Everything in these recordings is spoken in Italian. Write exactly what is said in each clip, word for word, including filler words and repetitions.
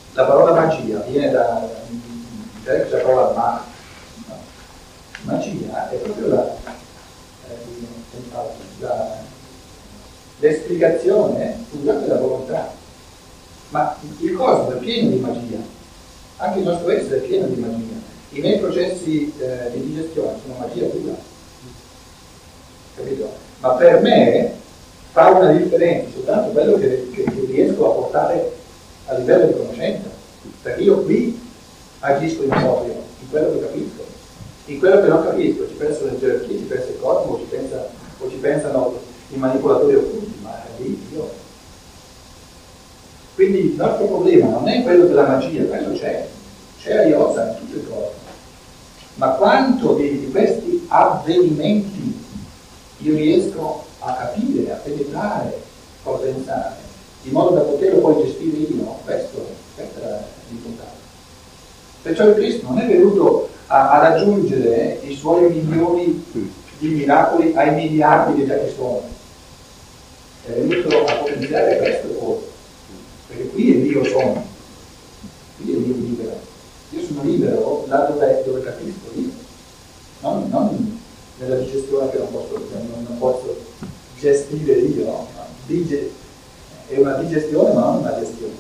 la parola magia viene da, in greco c'è la parola ma, no. Magia è proprio la, eh, la, l'esplicazione pura della volontà. Ma il cosmo è pieno di magia, anche il nostro essere è pieno di magia. I miei processi eh, di digestione sono magia pura, capito? Ma per me fa una differenza soltanto quello che, che, che riesco a portare a livello di conoscenza, perché io qui agisco in proprio, in quello che capisco, in quello che non capisco, ci penso le gerarchie, ci pensa il cosmo, ci pensa, o ci pensano i manipolatori occulti, ma è lì io. Quindi il nostro problema non è quello della magia, quello c'è, c'è a Iosa in tutto il corpo. Ma quanto di, di questi avvenimenti io riesco a capire, a penetrare, a pensare, in modo da poterlo poi gestire io, questo, questo è l'importante. Perciò il Cristo non è venuto a, a raggiungere i suoi milioni di miracoli ai miliardi che già ci sono. È venuto a potenziare questo poi. Perché qui è Dio sono, qui è Dio libero. Io sono libero là dove, dove capisco io, non, non nella digestione che non posso, non, non posso gestire io, no? Dige, è una digestione ma non una gestione.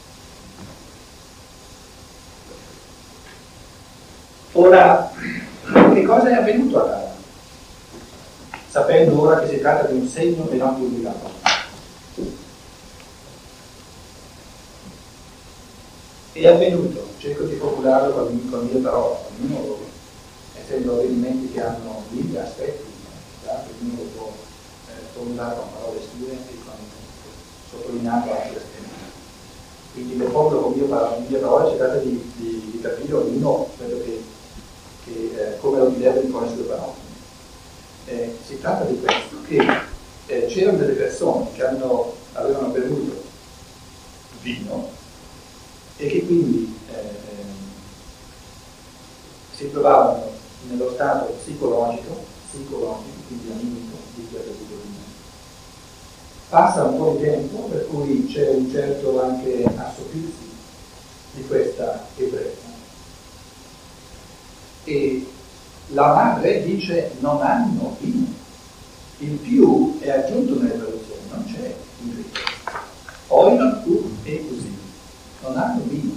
Ora, che cosa è avvenuto a Cana? Sapendo ora che si tratta di un segno e non di un miracolo. È avvenuto, cerco di formularlo con, con mie parole, ognuno, essendo avvenimenti che hanno mille aspetti, ognuno lo può eh, formulare con parole sue e con, sottolineando altri aspetti. Quindi le formulo con mie parole, mie parole si tratta di, di, di capire ognuno quello che, che eh, come lo direbbe con le sue parole. Eh, si tratta di questo, che eh, c'erano delle persone che hanno, avevano bevuto vino e che quindi eh, si trovavano nello stato psicologico, psicologico, quindi animico di quel vino. Passa un po' di tempo, per cui c'è un certo anche assopirsi di questa ebbrezza. E la madre dice non hanno vino. Il più è aggiunto nelle traduzioni, non c'è in greco. Oinon u e così. Non hanno vino.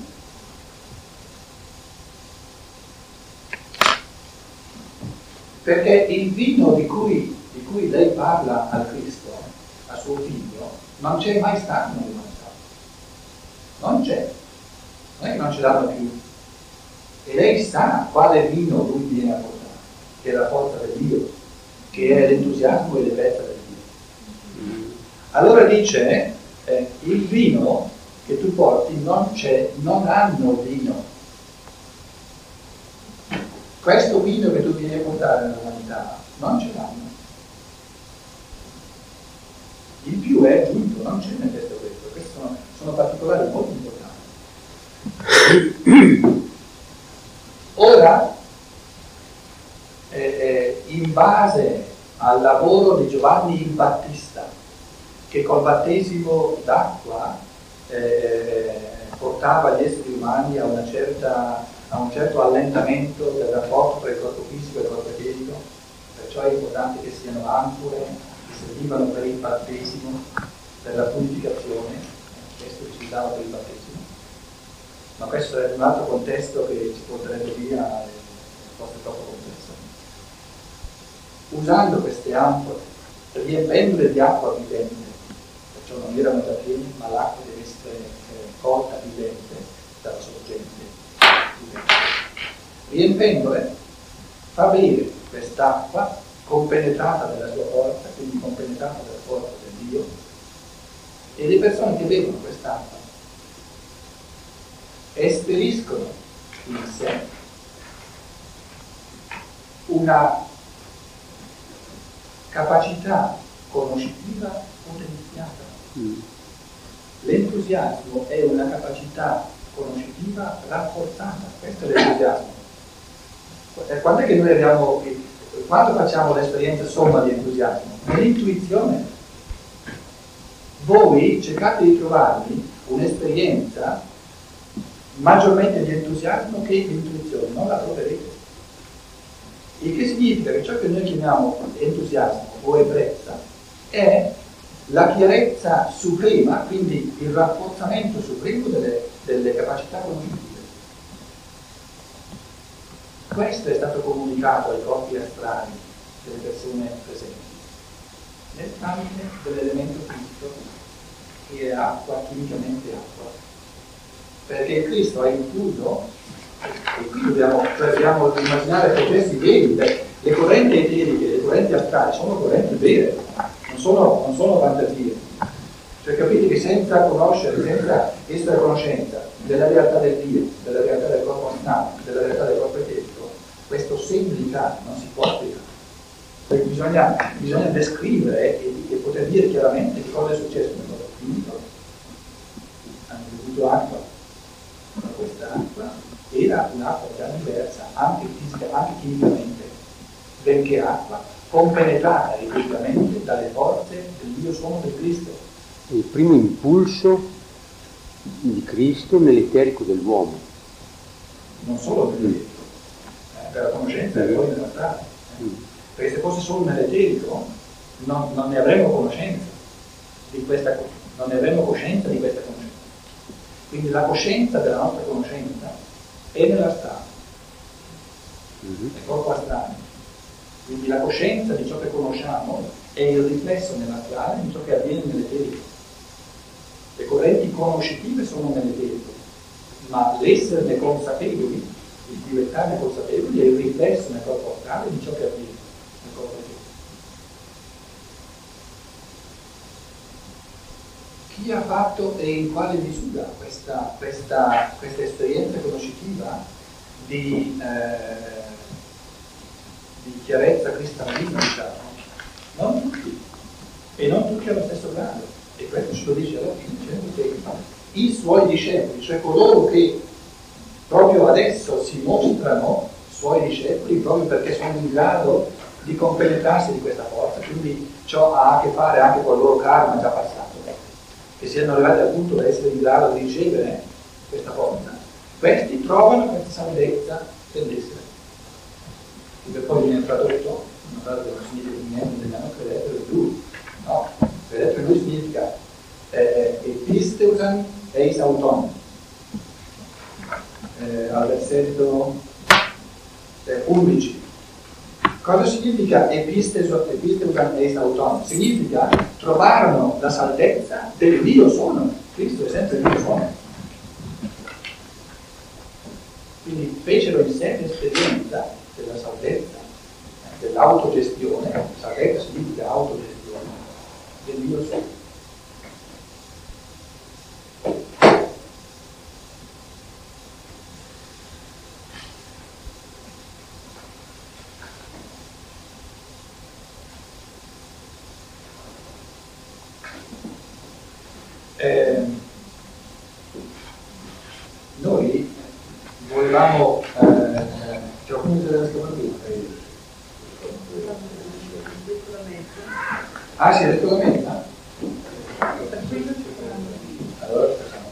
Perché il vino di cui, di cui lei parla al Cristo, a suo figlio, non c'è mai stato nell'umanità. Non c'è. Non è che non ce l'hanno più. E lei sa quale vino lui viene a portare, che è la forza del Dio, che è l'entusiasmo e l'ebbrezza del Dio. Allora dice, eh, il vino che tu porti non c'è, non hanno vino. Questo vino che tu vieni a portare nell'umanità non ce l'hanno. Il più è aggiunto, non c'è nel testo questo. Questi sono, sono particolari molto importanti. Ora, eh, eh, in base al lavoro di Giovanni il Battista, che col battesimo d'acqua eh, portava gli esseri umani a, una certa, a un certo allentamento del rapporto tra il corpo fisico e il corpo eterico, perciò è importante che siano ancore che servivano per il battesimo, per la purificazione, questo si usava per il battesimo. Ma questo è un altro contesto che ci porterebbe via e forse troppo complesso. Usando queste amfore, riempendole di acqua vivente, perciò non erano da pieni, ma l'acqua deve essere eh, colta vivente dalla sorgente vivente. Riempendole, fa bere quest'acqua compenetrata dalla sua forza, quindi compenetrata dalla forza del Dio, e le persone che bevono quest'acqua esperiscono in sé una capacità conoscitiva potenziata. Mm. L'entusiasmo è una capacità conoscitiva rafforzata, questo è l'entusiasmo. Quando è che noi abbiamo, quando facciamo l'esperienza somma di entusiasmo? Nell'intuizione. Voi cercate di trovarvi un'esperienza maggiormente di entusiasmo che di intuizione, non la troverete. Il che significa che ciò che noi chiamiamo entusiasmo o ebbrezza è la chiarezza suprema, quindi il rafforzamento supremo delle, delle capacità cognitive. Questo è stato comunicato ai corpi astrali delle persone presenti nel tramite dell'elemento fisico che è acqua, chimicamente acqua. Perché Cristo ha infuso, e qui dobbiamo, cioè dobbiamo immaginare processi veri, le correnti eteriche, le correnti astrali sono correnti vere, non sono, non sono fantasie. Cioè capite che senza conoscere, senza essere a conoscenza della realtà del Dio, della realtà del corpo astrale, della realtà del corpo eterico, questo semplica non si può spiegare. Perché bisogna, bisogna descrivere e, e poter dire chiaramente che cosa è successo nel mondo finito. Hanno bevuto acqua, ma questa acqua era un'acqua già diversa, anche fisica, anche chimicamente, benché acqua, compenetrata ripetutamente dalle forze del Dio sono del Cristo. Il primo impulso di Cristo nell'eterico dell'uomo. Non solo nell'eterico, eh, per la conoscenza e poi nella strada. Eh. Mm. Perché se fosse solo nell'eterico non, non ne avremmo conoscenza di questa cosa, non ne avremmo coscienza di questa conoscenza. Quindi la coscienza della nostra conoscenza è nella strada, mm-hmm. nel corpo astrale. Quindi la coscienza di ciò che conosciamo è il riflesso nell'astrale di ciò che avviene nell'eterico. Le correnti conoscitive sono nell'eterico, ma l'esserne consapevoli, il diventarne consapevoli, è il riflesso nel corpo astrale di ciò che avviene nel corpo eterico. Chi ha fatto e in quale misura questa, questa, questa esperienza conoscitiva di, eh, di chiarezza cristallina, diciamo? Non tutti, e non tutti allo stesso grado. E questo ce lo dice alla fine, dicendo che i suoi discepoli, cioè coloro che proprio adesso si mostrano suoi discepoli proprio perché sono in grado di compenetrarsi di questa forza, quindi ciò ha a che fare anche con il loro karma già passato, che siano arrivati al punto da essere in grado di ricevere questa forza. Questi trovano questa salvezza dell'essere, che poi viene tradotto, non significa niente, dobbiamo credere in lui, no? Credere in lui significa eh, episteusan eis auton, eh, al versetto eh, undici. Cosa significa episteusan eis auton? Significa trovarono la salvezza del Dio sono. Cristo è sempre Dio sono. Quindi fecero in sé l'esperienza della salvezza, dell'autogestione. Salvezza significa autogestione del Dio sono. Eh, noi volevamo eh, c'è qualcuno della scopertura? Ah, si è detto la meta? Allora facciamo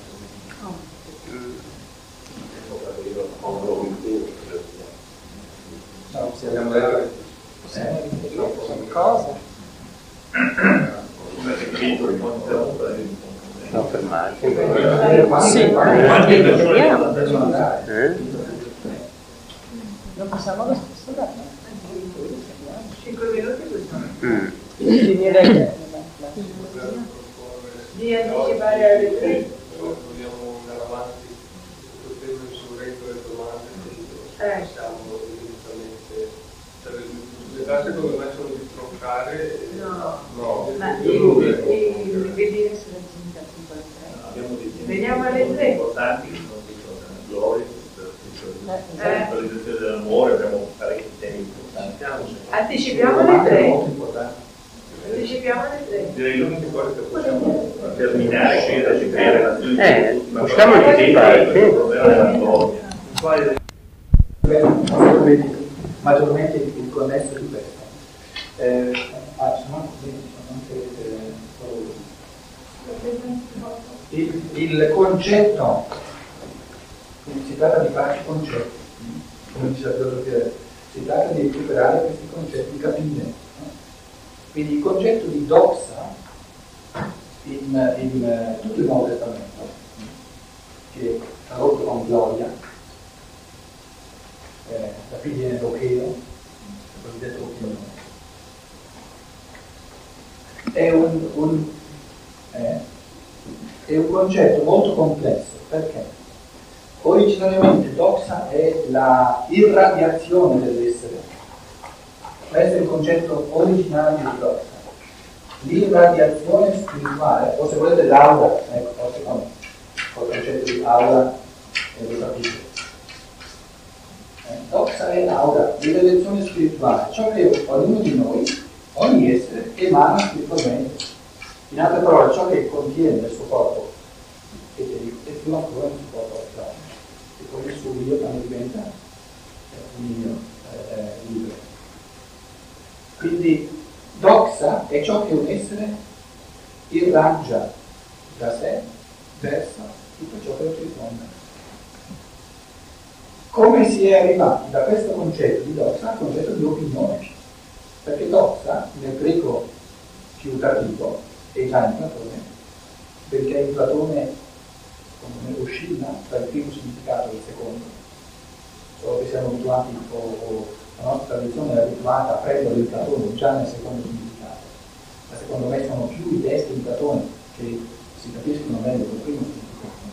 così. No, se abbiamo detto eh, cosa? No, fermati. Sì, eh? Non possiamo lo stesso dare. cinque minuti questo. Mm. Finire di anticipare alle tre. Dobbiamo andare avanti tutto il tempo sul retto delle domande. Eh. Siamo evidentemente. Cioè, le case come me sono di troncare. No. No. Ma Io di non vedere se raggiunge a cinquantatré. Veniamo alle tre. Importanti che sono di gloria, Eh. la visualizzazione dell'amore, abbiamo parecchi temi importanti. Anticipiamo alle tre. Molto importante. Anticipiamo alle tre. Direi l'unica cosa che possiamo terminare, scegliere, ci creare relazioni Eh, ma possiamo poi- anticipare, sì. il problema della gloria. Quale maggiormente, maggiormente il connesso di questo. Eh, ah, ci sono anche eh, il, il concetto tratta di farci concetti, come dice la filosofia, si tratta di recuperare questi concetti, di capire. No? Quindi il concetto di doxa in, in tutto il Nuovo Testamento, che è tradotto con gloria, eh, da qui viene l'ocheo, il cosiddetto ocheone. È un, un, eh, è un concetto molto complesso, perché originariamente doxa è la irradiazione dell'essere. Questo è il concetto originale di doxa. L'irradiazione spirituale, o se volete l'aura, ecco, forse no, il concetto di aura è lo capite. Eh, doxa è l'aura, l'irradiazione spirituale, ciò che ognuno di noi, ogni essere, emana spiritualmente. In altre parole, ciò che contiene nel suo corpo è più ancora nel suo corpo astrale, e poi il suo io quando diventa eh, un io eh, eh, libero. Quindi doxa è ciò che un essere irraggia da sé verso tutto ciò che lo circonda. Come si è arrivati da questo concetto di doxa al concetto di opinione? Perché doxa, nel greco più tardivo, è già in Platone, perché in Platone come oscilla tra il primo significato e il secondo. Solo che siamo abituati, o, o la nostra tradizione è abituata a prendere il Platone già nel secondo significato. Ma secondo me sono più i testi di Platone che si capiscono meglio col primo significato.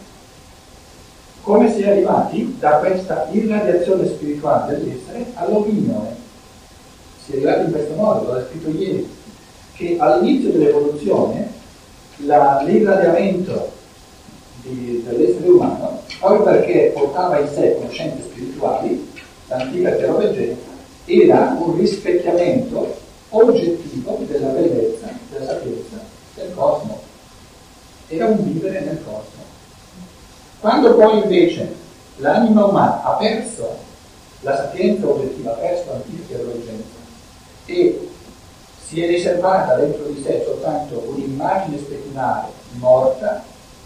Come si è arrivati da questa irradiazione spirituale dell'essere all'opinione? Si è arrivati in questo modo, l'ho scritto ieri, che all'inizio dell'evoluzione la, l'irradiamento di, dell'essere umano, proprio perché portava in sé conoscenze spirituali, l'antica chiaroveggenza, era un rispecchiamento oggettivo della bellezza, della sapienza del cosmo. Era un vivere nel cosmo. Quando poi invece l'anima umana ha perso la sapienza oggettiva, ha perso l'antica chiaroveggenza e si è riservata dentro di sé soltanto un'immagine speculare morta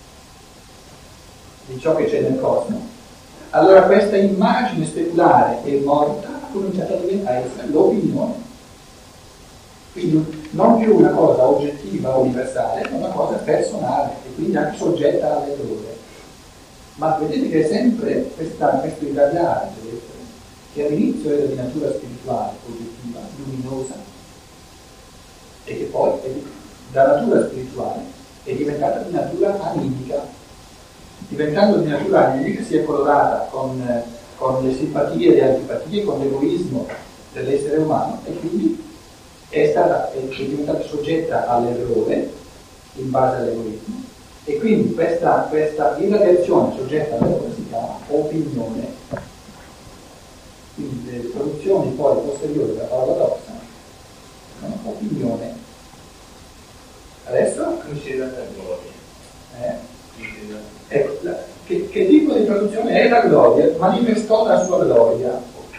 di ciò che c'è nel cosmo, allora questa immagine speculare e morta ha cominciato a diventare l'opinione. Quindi non più una cosa oggettiva, universale, ma una cosa personale e quindi anche soggetta all'errore. Ma vedete che è sempre questa, questo irradiare dell'essere, che all'inizio era di natura spirituale, oggettiva, luminosa, e che poi è, da natura spirituale è diventata di natura animica. Diventando di natura animica si è colorata con, con le simpatie e le antipatie, con l'egoismo dell'essere umano e quindi è, stata, è diventata soggetta all'errore in base all'egoismo e quindi questa, questa irradiazione soggetta all'errore si chiama opinione. Quindi le traduzioni poi posteriori della parola doxa sono opinione. Adesso considerata la gloria. Eh? Ecco, la, che, che tipo di traduzione è la gloria? Manifestò la sua gloria.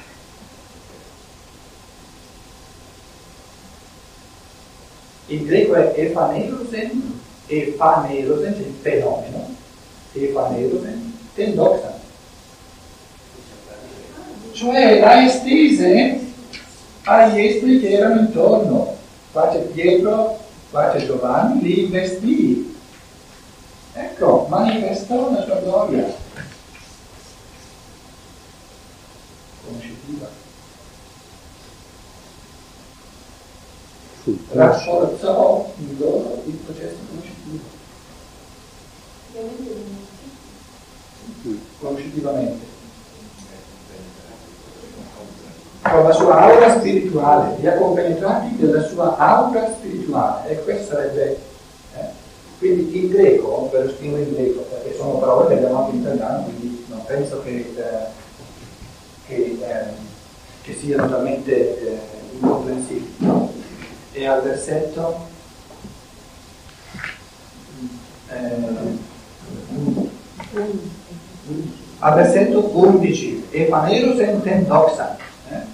Il greco è ephanerosen, ephanerosen, cioè il fenomeno, ephanerosen, ten doxa. Cioè la estese agli esseri che erano intorno. Qua c'è Pietro, qua c'è Giovanni, li investì. Ecco, manifestò la sua gloria conoscitiva. Rafforzò in loro il processo conoscitivo. Conoscitivamente. Con la sua aura spirituale, li ha compenetrati della sua aura spirituale. E questo sarebbe... Eh? Quindi in greco, ve lo scrivo in greco, perché sono parole che abbiamo anche in italiano, quindi non penso che, eh, che, eh, che siano talmente eh, incomprensibili. No? E al versetto eh, al versetto undici Ephanero senten doxa eh?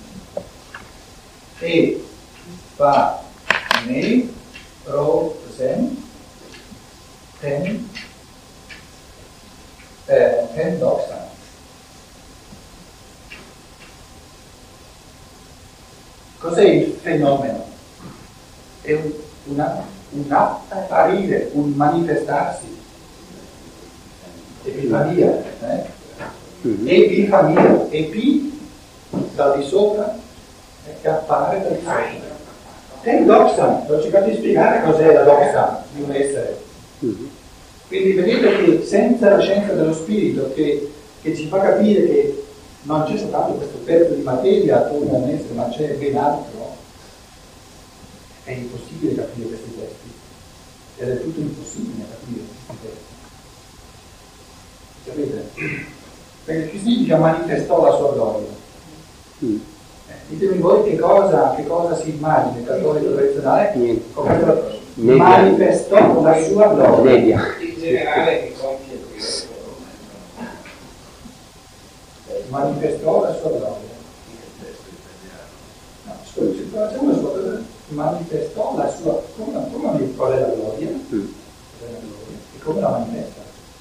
E fa ne ro sen ten, eh, ten doxa. Cos'è il fenomeno? È un, una, un apparire, un manifestarsi. Epifania, eh? Epifania, epi dal di sopra e che appare dal di sopra. È il doxa, ho cercato di spiegare cos'è la doxa di un essere. Quindi vedete che senza la scienza dello spirito che, che ci fa capire che non c'è soltanto questo pezzo di materia attorno a un essere, ma c'è ben altro, è impossibile capire questi testi. È del tutto impossibile capire questi testi. Capite? Perché che significa manifestò la sua gloria? Mm. Eh, ditemi voi che cosa, che cosa si immagina il cattolico tradizionale? Come manifestò la sua gloria. In generale che compie manifestò la sua gloria. No, scusi, c'è una sua cosa. Manifestò la sua. Come, come qual è la gloria? Mm. E come la manifesta?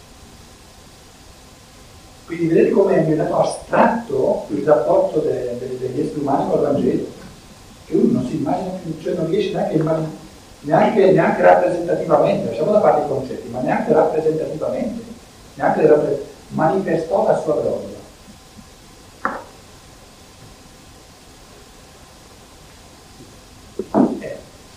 Quindi vedete come è diventato astratto il rapporto de, de, degli esseri umani con il Vangelo, che uno non si immagina più, cioè non riesce neanche, neanche, neanche rappresentativamente, lasciamo da parte i concetti, ma neanche rappresentativamente, neanche rappre- manifestò la sua gloria. Eh.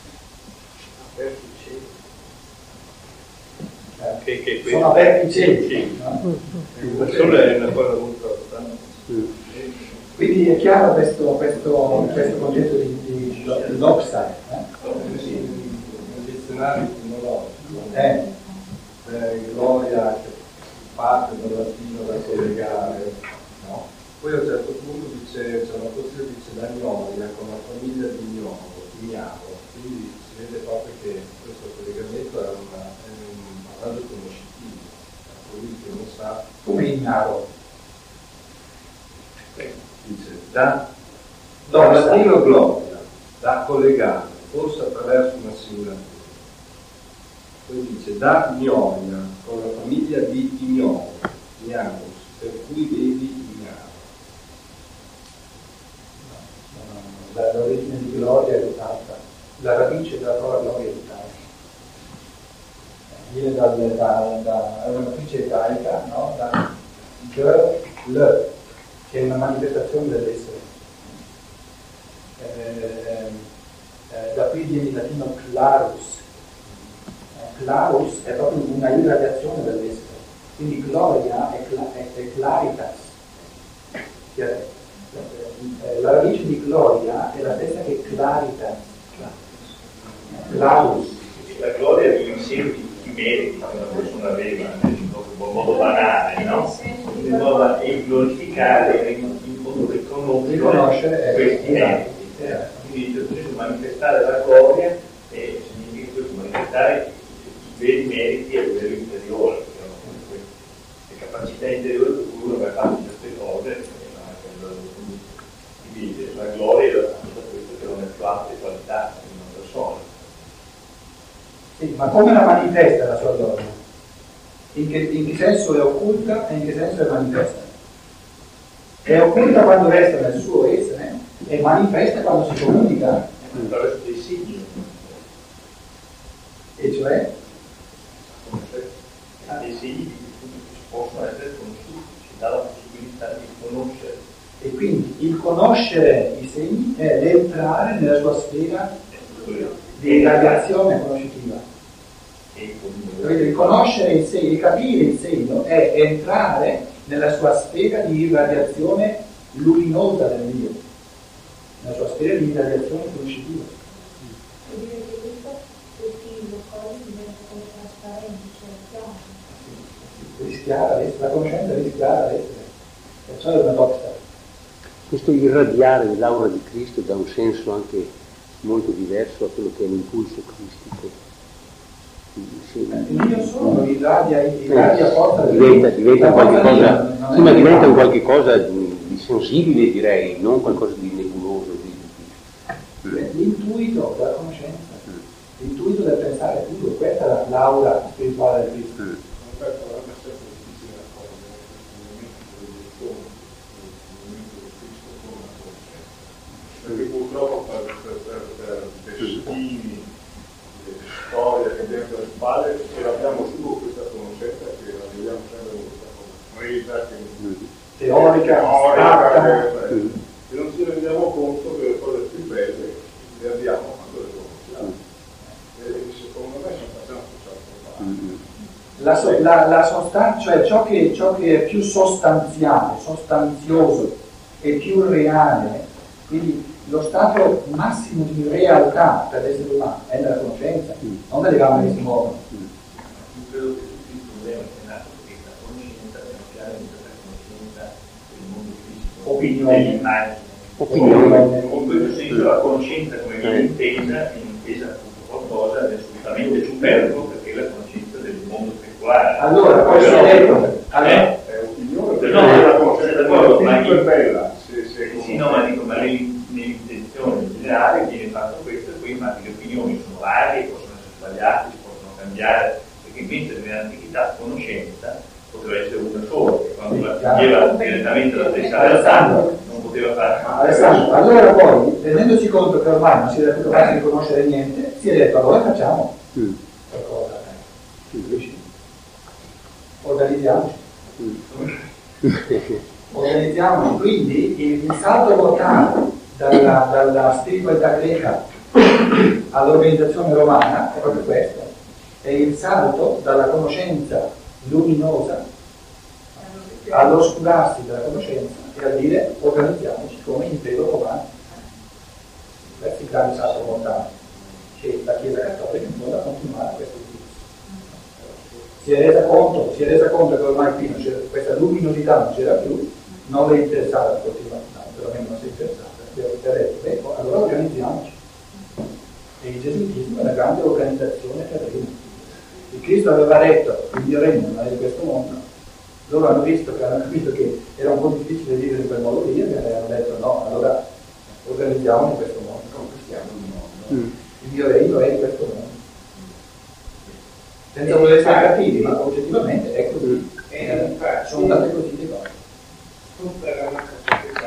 Che, che sono aperti i cieli, no? Il sole è una cosa molto importante. Quindi è chiaro questo, questo, questo concetto di, di, di doxa, eh? Nel dizionario etimologico, eh. eh, gloria che parte dal latino da collegare, no? Poi a un certo punto dice, c'è una cosa che dice la gnoria con la famiglia di Gnovo, di Gnavo, quindi si vede proprio che questo collegamento è, una, è un passaggio conoscitivo, colui che non sa come ignaro. Dice da, da latino gloria, da collegare, forse attraverso una simulazione. Poi dice da Gnoria, con la famiglia di Ignovo, Ignavos, per cui vedi Ignavo. La, l'origine di gloria è tutt'altra, la radice della parola gloria è tutt'altra. Viene dal, da, da, è una matrice ebraica, no? Da G, che è una manifestazione dell'essere. Eh, eh, da qui viene il latino clarus. Eh, clarus è proprio una irradiazione dell'essere. Quindi gloria è, cla- è, è claritas. Eh, la radice di gloria è la stessa che claritas. Clarus. La gloria di insieme di meriti che una persona aveva in modo banale, no? In modo e glorificare in modo che riconoscere questi meriti. Quindi il manifestare la gloria eh, significa questo, manifestare i veri meriti a livello interiore, le capacità interiori per cui uno va a fare queste cose, quindi la gloria è questo che non è più alta qualità di una persona. Sì, ma come la manifesta la sua gloria? In che, in che senso è occulta e in che senso è manifesta? È occulta quando resta nel suo essere e manifesta quando si comunica attraverso dei segni, e cioè dei segni che possono essere conosciuti, ci dà la possibilità di conoscere. E quindi il conoscere i segni è l'entrare nella sua sfera di irradiazione conoscitiva. Il conoscere il segno, il capire il segno è entrare nella sua sfera di irradiazione luminosa del Dio, nella sua sfera di irradiazione conoscitiva. Vuol dire che questo, questi locali diventano come trasparenti, cioè chiari. Rischiara l'essere, la conoscenza rischiara l'essere, perciò è una doxa. Questo irradiare dell'aura di Cristo dà un senso anche molto diverso a quello che è l'impulso cristico. Sì. Il Dio solo irradia, irradia eh, porta diventa, diventa qualche cosa, sì, ma diventa un qualche cosa di, di sensibile, direi, non qualcosa di nebuloso. Di, di... L'intuito della conoscenza, mm. l'intuito del pensare puro, questa è l'aura spirituale del Cristo. Mm. Perché purtroppo scienza che teorica, teorica che, mm. e non ci rendiamo conto che le cose più belle le abbiamo quando le conosciamo. E secondo me sono abbastanza mm. La, so, la, la sostanza, cioè ciò che, ciò che è più sostanziale, sostanzioso e più reale, quindi lo stato massimo di realtà per l'essere umano è nella conoscenza, mm. non nelle gambe che si muovono. Io credo che tutti il problema è nato perché la conoscenza è chiara di questa conoscenza del mondo fisico, opinione, opinione. In questo senso la conoscenza come viene intesa è intesa appunto qualcosa di assolutamente superfluo perché la conoscenza del mondo spirituale. Allora, poi si è detto, allora, è opinione, no, la conoscenza d'accordo, ma è bella. Se, se sì, no, ma dico, ma nell'intenzione in generale viene fatto questo e poi ma le opinioni sono varie, possono essere sbagliate, si possono cambiare, perché mentre nell'antichità conoscenza poteva essere una sola, che quando la chiedeva direttamente la stessa realtà non poteva fare. Alessandro, allora poi, rendendosi conto che ormai non si è capace di conoscere niente, si è detto allora facciamo mm. qualcosa. Mm. Organizziamoci. Mm. Organizziamoci, quindi il, il salto mortale dalla, dalla spiritualità greca all'organizzazione romana è proprio questo, è il salto dalla conoscenza luminosa all'oscurarsi della conoscenza e a dire organizziamoci come impero romano. Questo è il grande salto mortale che la Chiesa Cattolica in fondo a continuare a questo tipo. Si è resa conto, si è resa conto che ormai qui non c'era, questa luminosità non c'era più, non le interessava di continuare, no, perlomeno non si è interessata, ha detto, beh, allora organizziamoci. E il gesuitismo è una grande organizzazione terrena. Il Cristo aveva detto, il mio regno non è di questo mondo, loro hanno visto che hanno capito che era un po' difficile vivere in quel modo lì e hanno detto no, allora organizziamo in questo mondo, conquistiamo il mondo. Mm. Il mio regno è in questo mondo. Senza voler essere cattivi, ma oggettivamente è così. Eh, sono andate così le cose. Tutta la nostra società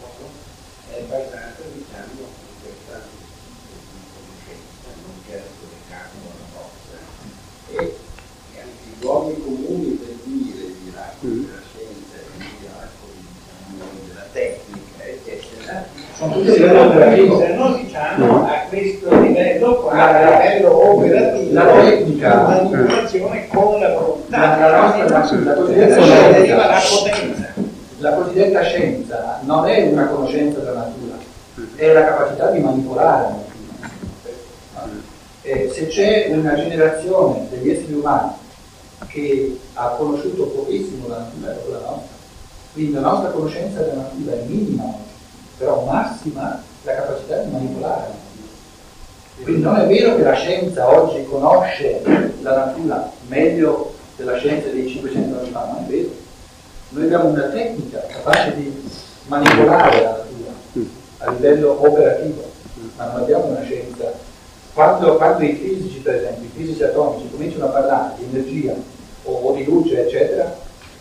è basata, diciamo, su questa conoscenza, non certo le carte o la forza. E anche i luoghi comuni per dire i miracoli della scienza, i miracoli della tecnica, eccetera, sono tutti operativo. Non diciamo a questo livello qua, a livello operativo, la tecnica, la manipolazione con la volontà, la, la, nostra, la, la, cosiddetta deriva la scienza, potenza. La cosiddetta scienza non è una conoscenza della natura, è la capacità di manipolare la natura. E se c'è una generazione degli esseri umani che ha conosciuto pochissimo la natura, è proprio la nostra. Quindi la nostra conoscenza della natura è minima oggi, però massima la capacità di manipolare la natura. Quindi non è vero che la scienza oggi conosce la natura meglio della scienza dei cinquecento anni fa, non è vero. Noi abbiamo una tecnica capace di manipolare la natura a livello operativo, ma non abbiamo una scienza. Quando, quando i fisici, per esempio, i fisici atomici cominciano a parlare di energia o, o di luce, eccetera,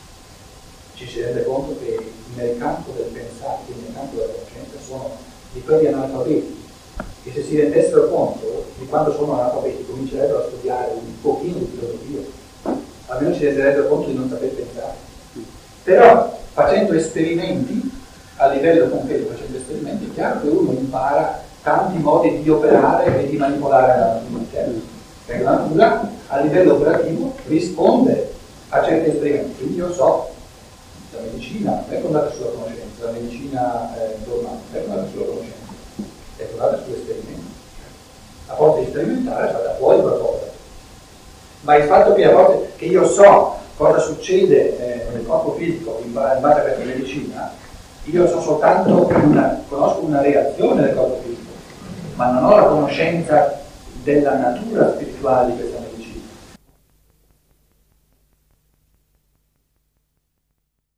ci si rende conto che nel campo del pensare, quindi nel campo della conoscenza, sono di quelli analfabeti, che se si rendessero conto di quando sono analfabeti comincerebbero a studiare un pochino di filosofia, almeno si renderebbero conto di non saper pensare. Però facendo esperimenti a livello concreto, facendo esperimenti, è chiaro che uno impara tanti modi di operare e di manipolare la natura, perché la natura a livello operativo risponde a certi esperimenti. Quindi io so, la medicina non è fondata sulla conoscenza, la medicina eh, normale non è fondata sulla conoscenza, è fondata sull'esperimento. A forza di sperimentare è fatta fuori qualcosa. Ma il fatto che a volte che io so cosa succede eh, nel corpo fisico in base a questa medicina, io so soltanto una, conosco una reazione del corpo fisico, ma non ho la conoscenza della natura spirituale di questa